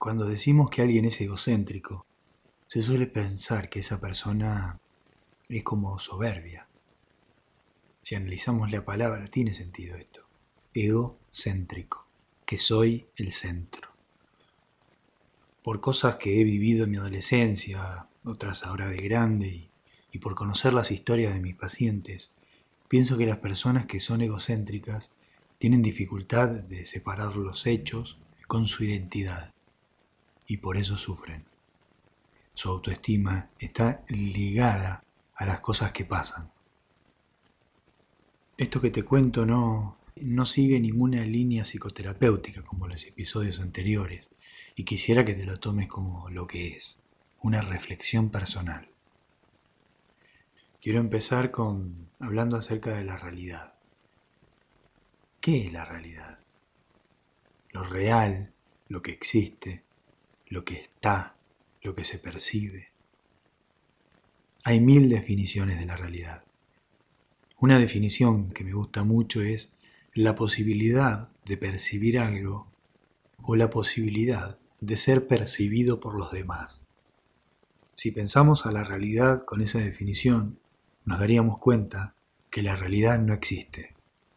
Cuando decimos que alguien es egocéntrico, se suele pensar que esa persona es como soberbia. Si analizamos la palabra, tiene sentido esto. Egocéntrico, que soy el centro. Por cosas que he vivido en mi adolescencia, otras ahora de grande, y por conocer las historias de mis pacientes, pienso que las personas que son egocéntricas tienen dificultad de separar los hechos con su identidad, y por eso sufren. Su autoestima está ligada a las cosas que pasan. Esto que te cuento no sigue ninguna línea psicoterapéutica como los episodios anteriores, y quisiera que te lo tomes como lo que es, una reflexión personal. Quiero empezar hablando acerca de la realidad. ¿Qué es la realidad? Lo real, lo que existe, lo que está, lo que se percibe. Hay 1000 definiciones de la realidad. Una definición que me gusta mucho es la posibilidad de percibir algo o la posibilidad de ser percibido por los demás. Si pensamos a la realidad con esa definición, nos daríamos cuenta que la realidad no existe.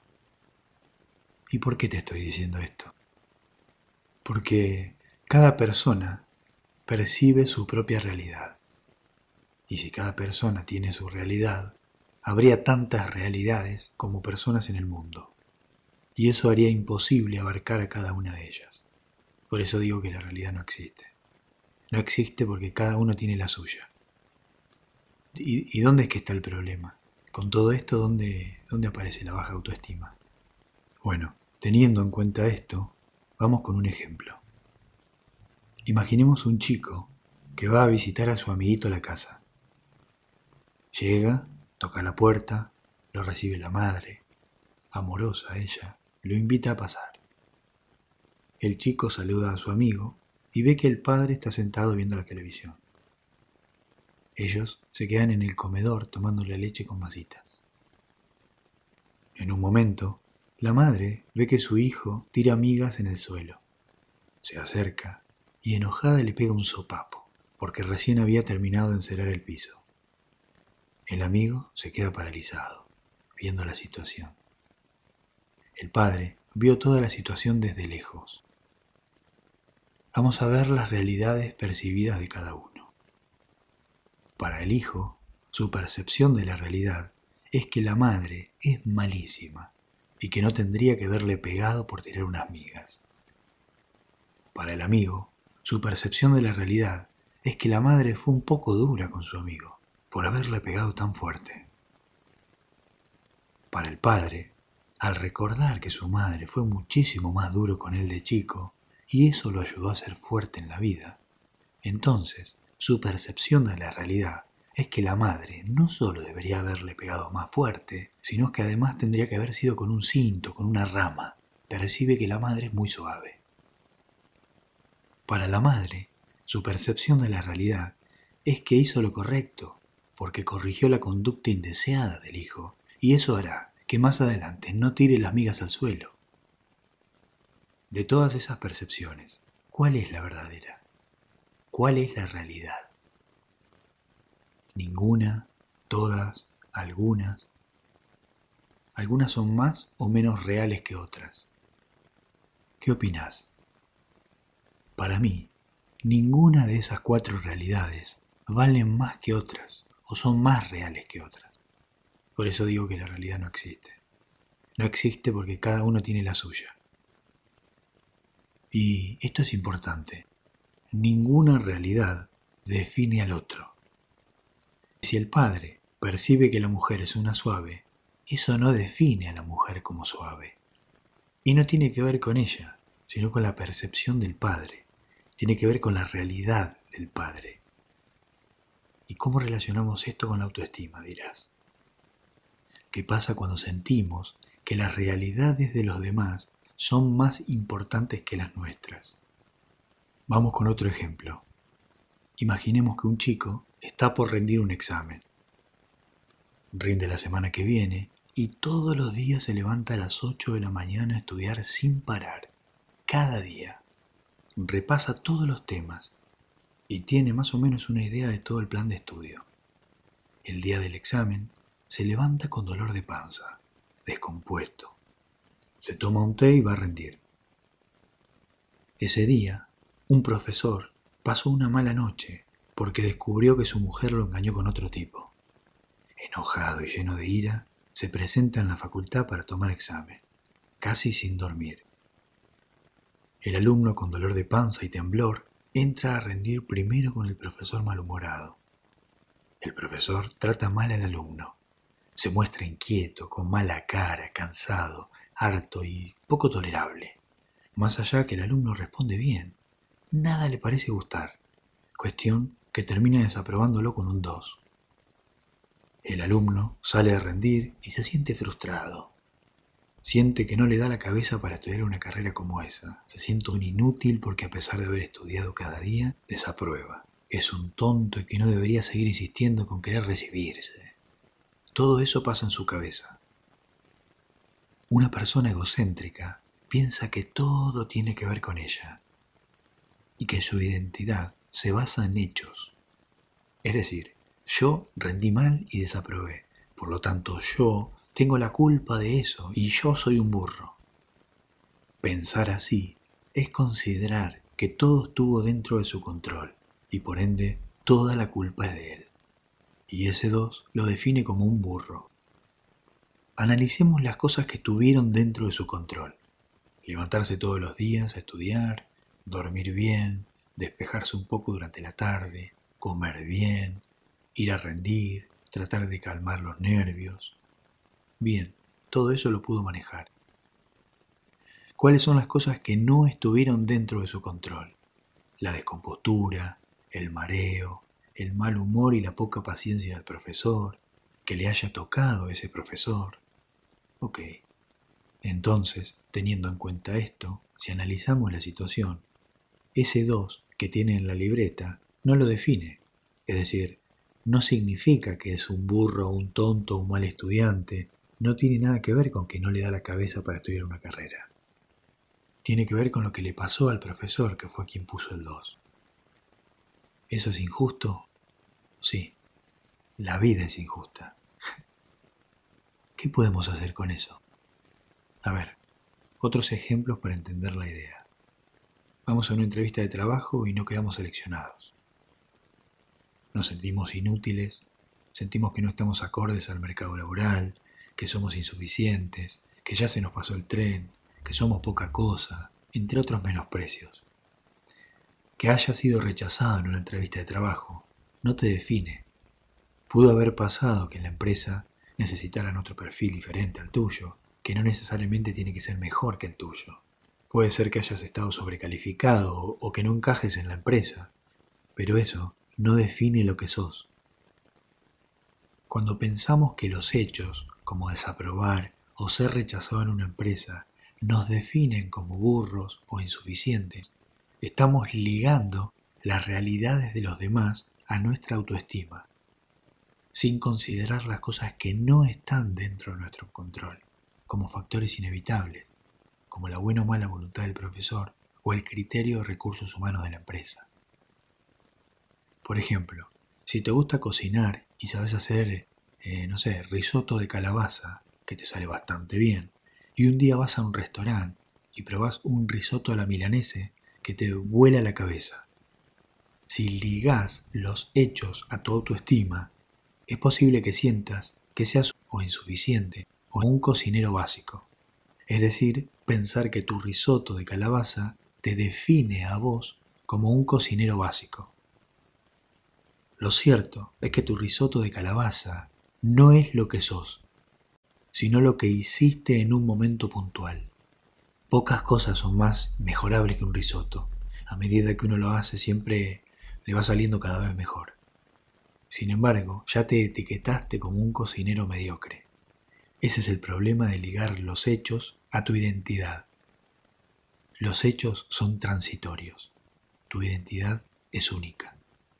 ¿Y por qué te estoy diciendo esto? Porque cada persona percibe su propia realidad. Y si cada persona tiene su realidad, habría tantas realidades como personas en el mundo. Y eso haría imposible abarcar a cada una de ellas. Por eso digo que la realidad no existe. No existe porque cada uno tiene la suya. ¿Y dónde es que está el problema? Con todo esto, ¿dónde aparece la baja autoestima? Bueno, teniendo en cuenta esto, vamos con un ejemplo. Imaginemos un chico que va a visitar a su amiguito a la casa. Llega, toca la puerta, lo recibe la madre, amorosa ella, lo invita a pasar. El chico saluda a su amigo y ve que el padre está sentado viendo la televisión. Ellos se quedan en el comedor tomando la leche con masitas. En un momento, la madre ve que su hijo tira migas en el suelo. Se acerca y enojada le pega un sopapo, porque recién había terminado de encerar el piso. El amigo se queda paralizado, viendo la situación. El padre vio toda la situación desde lejos. Vamos a ver las realidades percibidas de cada uno. Para el hijo, su percepción de la realidad es que la madre es malísima y que no tendría que haberle pegado por tirar unas migas. Para el amigo, su percepción de la realidad es que la madre fue un poco dura con su amigo por haberle pegado tan fuerte. Para el padre, al recordar que su madre fue muchísimo más duro con él de chico y eso lo ayudó a ser fuerte en la vida, entonces su percepción de la realidad es que la madre no solo debería haberle pegado más fuerte, sino que además tendría que haber sido con un cinto, con una rama. Percibe que la madre es muy suave. Para la madre, su percepción de la realidad es que hizo lo correcto, porque corrigió la conducta indeseada del hijo, y eso hará que más adelante no tire las migas al suelo. De todas esas percepciones, ¿cuál es la verdadera? ¿Cuál es la realidad? Ninguna, todas, algunas. Algunas son más o menos reales que otras. ¿Qué opinás? Para mí, ninguna de esas 4 realidades valen más que otras o son más reales que otras. Por eso digo que la realidad no existe. No existe porque cada uno tiene la suya. Y esto es importante. Ninguna realidad define al otro. Si el padre percibe que la mujer es una suave, eso no define a la mujer como suave. Y no tiene que ver con ella, sino con la percepción del padre. Tiene que ver con la realidad del padre. ¿Y cómo relacionamos esto con la autoestima, dirás? ¿Qué pasa cuando sentimos que las realidades de los demás son más importantes que las nuestras? Vamos con otro ejemplo. Imaginemos que un chico está por rendir un examen. Rinde la semana que viene y todos los días se levanta a las 8 de la mañana a estudiar sin parar. Cada día. repasa todos los temas y tiene más o menos una idea de todo el plan de estudio. El día del examen se levanta con dolor de panza, descompuesto. Se toma un té y va a rendir. Ese día, un profesor pasó una mala noche porque descubrió que su mujer lo engañó con otro tipo. Enojado y lleno de ira, se presenta en la facultad para tomar examen, casi sin dormir. El alumno con dolor de panza y temblor entra a rendir primero con el profesor malhumorado. El profesor trata mal al alumno. Se muestra inquieto, con mala cara, cansado, harto y poco tolerable. Más allá que el alumno responde bien, nada le parece gustar, cuestión que termina desaprobándolo con un 2. El alumno sale a rendir y se siente frustrado. Siente que no le da la cabeza para estudiar una carrera como esa. Se siente un inútil porque a pesar de haber estudiado cada día, desaprueba. Que es un tonto y que no debería seguir insistiendo con querer recibirse. Todo eso pasa en su cabeza. Una persona egocéntrica piensa que todo tiene que ver con ella y que su identidad se basa en hechos. Es decir, yo rendí mal y desaprobé, por lo tanto yo tengo la culpa de eso y yo soy un burro. Pensar así es considerar que todo estuvo dentro de su control y por ende toda la culpa es de él. Y ese 2 lo define como un burro. Analicemos las cosas que estuvieron dentro de su control. Levantarse todos los días a estudiar, dormir bien, despejarse un poco durante la tarde, comer bien, ir a rendir, tratar de calmar los nervios. Bien, todo eso lo pudo manejar. ¿Cuáles son las cosas que no estuvieron dentro de su control? La descompostura, el mareo, el mal humor y la poca paciencia del profesor, que le haya tocado ese profesor. Ok, entonces, teniendo en cuenta esto, si analizamos la situación, ese 2 que tiene en la libreta no lo define, es decir, no significa que es un burro, un tonto, un mal estudiante, no tiene nada que ver con que no le da la cabeza para estudiar una carrera. Tiene que ver con lo que le pasó al profesor que fue quien puso el 2. ¿Eso es injusto? Sí, la vida es injusta. ¿Qué podemos hacer con eso? A ver, otros ejemplos para entender la idea. Vamos a una entrevista de trabajo y no quedamos seleccionados. Nos sentimos inútiles, sentimos que no estamos acordes al mercado laboral, que somos insuficientes, que ya se nos pasó el tren, que somos poca cosa, entre otros menosprecios. Que hayas sido rechazado en una entrevista de trabajo no te define. Pudo haber pasado que en la empresa necesitaran otro perfil diferente al tuyo, que no necesariamente tiene que ser mejor que el tuyo. Puede ser que hayas estado sobrecalificado o que no encajes en la empresa, pero eso no define lo que sos. Cuando pensamos que los hechos, como desaprobar o ser rechazado en una empresa, nos definen como burros o insuficientes, estamos ligando las realidades de los demás a nuestra autoestima, sin considerar las cosas que no están dentro de nuestro control, como factores inevitables, como la buena o mala voluntad del profesor o el criterio de recursos humanos de la empresa. Por ejemplo, si te gusta cocinar y sabes hacer, risotto de calabaza, que te sale bastante bien, y un día vas a un restaurante y probás un risotto a la milanese que te vuela la cabeza. Si ligás los hechos a tu autoestima, es posible que sientas que seas o insuficiente o un cocinero básico. Es decir, pensar que tu risotto de calabaza te define a vos como un cocinero básico. Lo cierto es que tu risotto de calabaza no es lo que sos, sino lo que hiciste en un momento puntual. Pocas cosas son más mejorables que un risotto. A medida que uno lo hace siempre le va saliendo cada vez mejor. Sin embargo, ya te etiquetaste como un cocinero mediocre. Ese es el problema de ligar los hechos a tu identidad. Los hechos son transitorios. Tu identidad es única.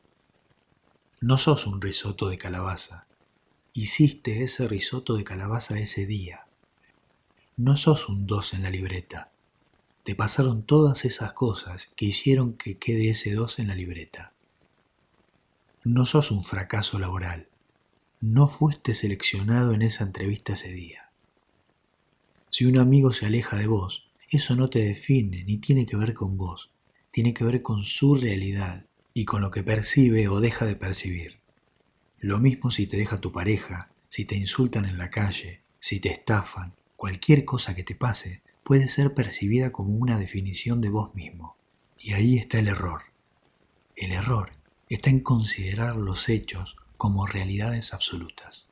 No sos un risotto de calabaza. Hiciste ese risotto de calabaza ese día. No sos un 2 en la libreta. te pasaron todas esas cosas que hicieron que quede ese 2 en la libreta. No sos un fracaso laboral. No fuiste seleccionado en esa entrevista ese día. Si un amigo se aleja de vos, eso no te define ni tiene que ver con vos. Tiene que ver con su realidad y con lo que percibe o deja de percibir. Lo mismo si te deja tu pareja, si te insultan en la calle, si te estafan, cualquier cosa que te pase puede ser percibida como una definición de vos mismo. Y ahí está el error. El error está en considerar los hechos como realidades absolutas.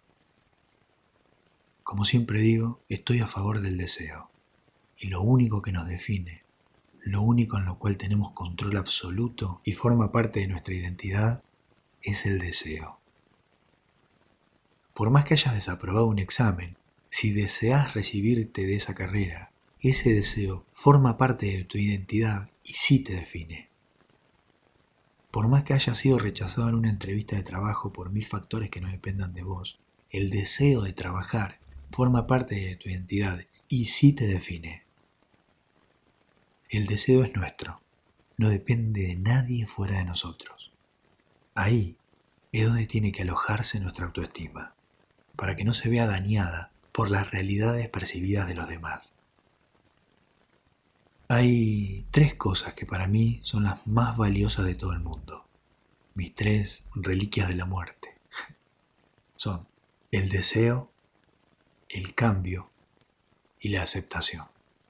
Como siempre digo, estoy a favor del deseo. Y lo único que nos define, lo único en lo cual tenemos control absoluto y forma parte de nuestra identidad, es el deseo. Por más que hayas desaprobado un examen, si deseas recibirte de esa carrera, ese deseo forma parte de tu identidad y sí te define. Por más que hayas sido rechazado en una entrevista de trabajo por 1000 factores que no dependan de vos, el deseo de trabajar forma parte de tu identidad y sí te define. El deseo es nuestro, no depende de nadie fuera de nosotros. Ahí es donde tiene que alojarse nuestra autoestima, para que no se vea dañada por las realidades percibidas de los demás. Hay 3 cosas que para mí son las más valiosas de todo el mundo. Mis 3 reliquias de la muerte. Son el deseo, el cambio y la aceptación.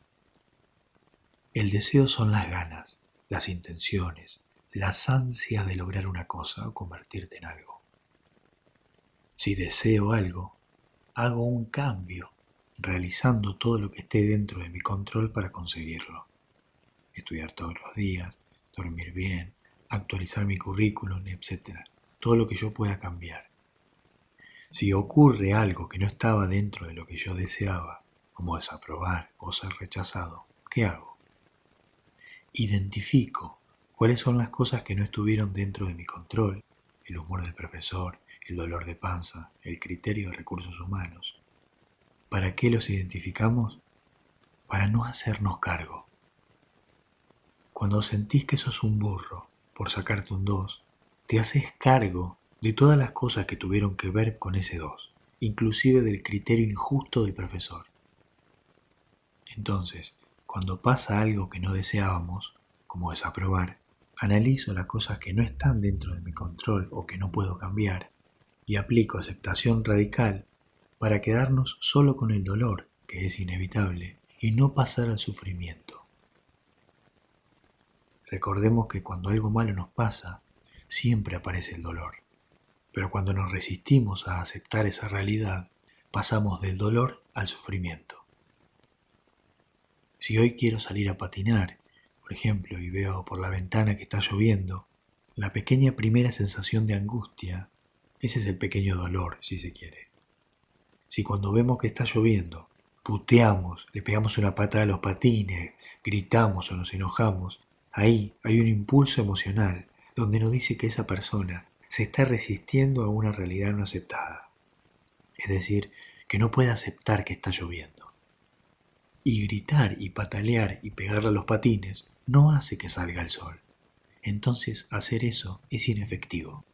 El deseo son las ganas, las intenciones, las ansias de lograr una cosa o convertirte en algo. Si deseo algo, hago un cambio, realizando todo lo que esté dentro de mi control para conseguirlo. Estudiar todos los días, dormir bien, actualizar mi currículum, etc. Todo lo que yo pueda cambiar. Si ocurre algo que no estaba dentro de lo que yo deseaba, como desaprobar o ser rechazado, ¿qué hago? Identifico cuáles son las cosas que no estuvieron dentro de mi control, el humor del profesor, el dolor de panza, el criterio de recursos humanos. ¿Para qué los identificamos? Para no hacernos cargo. Cuando sentís que sos un burro por sacarte un 2, te haces cargo de todas las cosas que tuvieron que ver con ese 2, inclusive del criterio injusto del profesor. Entonces, cuando pasa algo que no deseábamos, como desaprobar, analizo las cosas que no están dentro de mi control o que no puedo cambiar y aplico aceptación radical para quedarnos solo con el dolor, que es inevitable, y no pasar al sufrimiento. Recordemos que cuando algo malo nos pasa, siempre aparece el dolor, pero cuando nos resistimos a aceptar esa realidad, pasamos del dolor al sufrimiento. Si hoy quiero salir a patinar, por ejemplo, y veo por la ventana que está lloviendo, la pequeña primera sensación de angustia, ese es el pequeño dolor, si se quiere. Si cuando vemos que está lloviendo, puteamos, le pegamos una patada a los patines, gritamos o nos enojamos, ahí hay un impulso emocional donde nos dice que esa persona se está resistiendo a una realidad no aceptada. Es decir, que no puede aceptar que está lloviendo. Y gritar y patalear y pegarle a los patines no hace que salga el sol. Entonces hacer eso es inefectivo.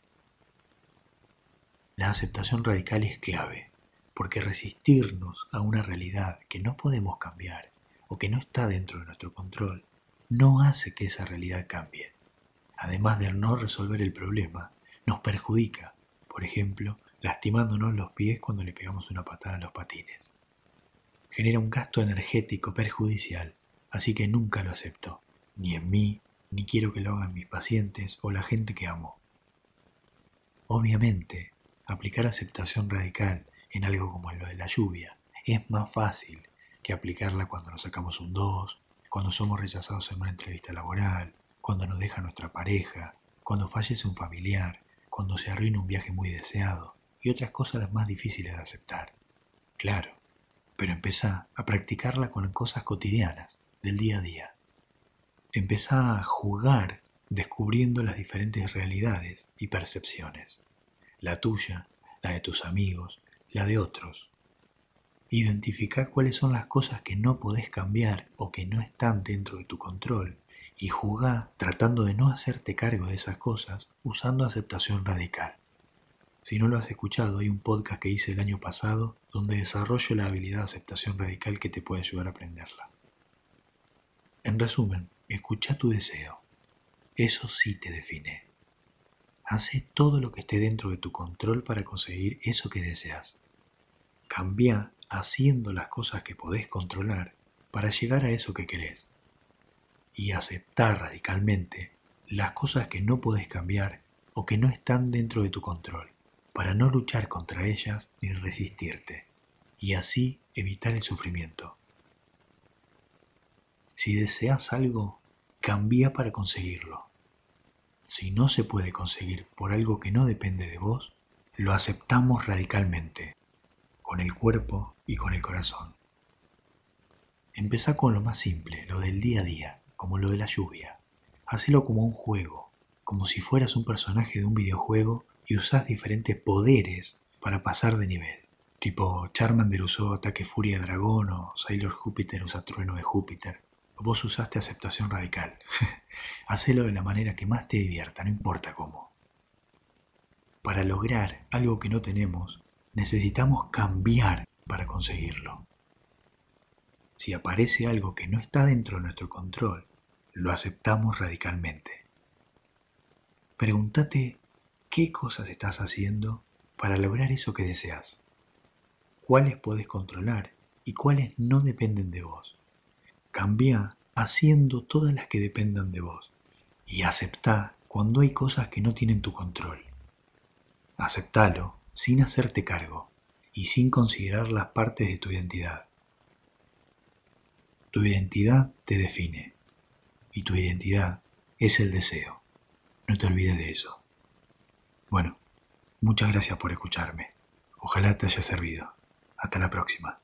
La aceptación radical es clave, porque resistirnos a una realidad que no podemos cambiar o que no está dentro de nuestro control no hace que esa realidad cambie. Además de no resolver el problema, nos perjudica, por ejemplo, lastimándonos los pies cuando le pegamos una patada a los patines. Genera un gasto energético perjudicial, así que nunca lo acepto, ni en mí, ni quiero que lo hagan mis pacientes o la gente que amo. Obviamente, aplicar aceptación radical en algo como lo de la lluvia es más fácil que aplicarla cuando nos sacamos un 2, cuando somos rechazados en una entrevista laboral, cuando nos deja nuestra pareja, cuando fallece un familiar, cuando se arruina un viaje muy deseado y otras cosas las más difíciles de aceptar. Claro, pero empezá a practicarla con cosas cotidianas, del día a día. Empezá a jugar descubriendo las diferentes realidades y percepciones. La tuya, la de tus amigos, la de otros. Identifica cuáles son las cosas que no podés cambiar o que no están dentro de tu control y jugá tratando de no hacerte cargo de esas cosas usando aceptación radical. Si no lo has escuchado, hay un podcast que hice el año pasado donde desarrollo la habilidad de aceptación radical que te puede ayudar a aprenderla. En resumen, escucha tu deseo. Eso sí te define. Hacé todo lo que esté dentro de tu control para conseguir eso que deseas. Cambia haciendo las cosas que podés controlar para llegar a eso que querés. Y aceptar radicalmente las cosas que no podés cambiar o que no están dentro de tu control, para no luchar contra ellas ni resistirte, y así evitar el sufrimiento. Si deseas algo, cambia para conseguirlo. Si no se puede conseguir por algo que no depende de vos, lo aceptamos radicalmente, con el cuerpo y con el corazón. Empezá con lo más simple, lo del día a día, como lo de la lluvia. Hacelo como un juego, como si fueras un personaje de un videojuego y usás diferentes poderes para pasar de nivel. Tipo Charmander usó ataque furia de dragón o Sailor Júpiter usa trueno de Júpiter. Vos usaste aceptación radical. Hacelo de la manera que más te divierta, no importa cómo. Para lograr algo que no tenemos, necesitamos cambiar para conseguirlo. Si aparece algo que no está dentro de nuestro control, lo aceptamos radicalmente. Pregúntate qué cosas estás haciendo para lograr eso que deseas. Cuáles podés controlar y cuáles no dependen de vos. Cambia haciendo todas las que dependan de vos y aceptá cuando hay cosas que no tienen tu control. Aceptalo sin hacerte cargo y sin considerar las partes de tu identidad. Tu identidad te define y tu identidad es el deseo. No te olvides de eso. Bueno, muchas gracias por escucharme. Ojalá te haya servido. Hasta la próxima.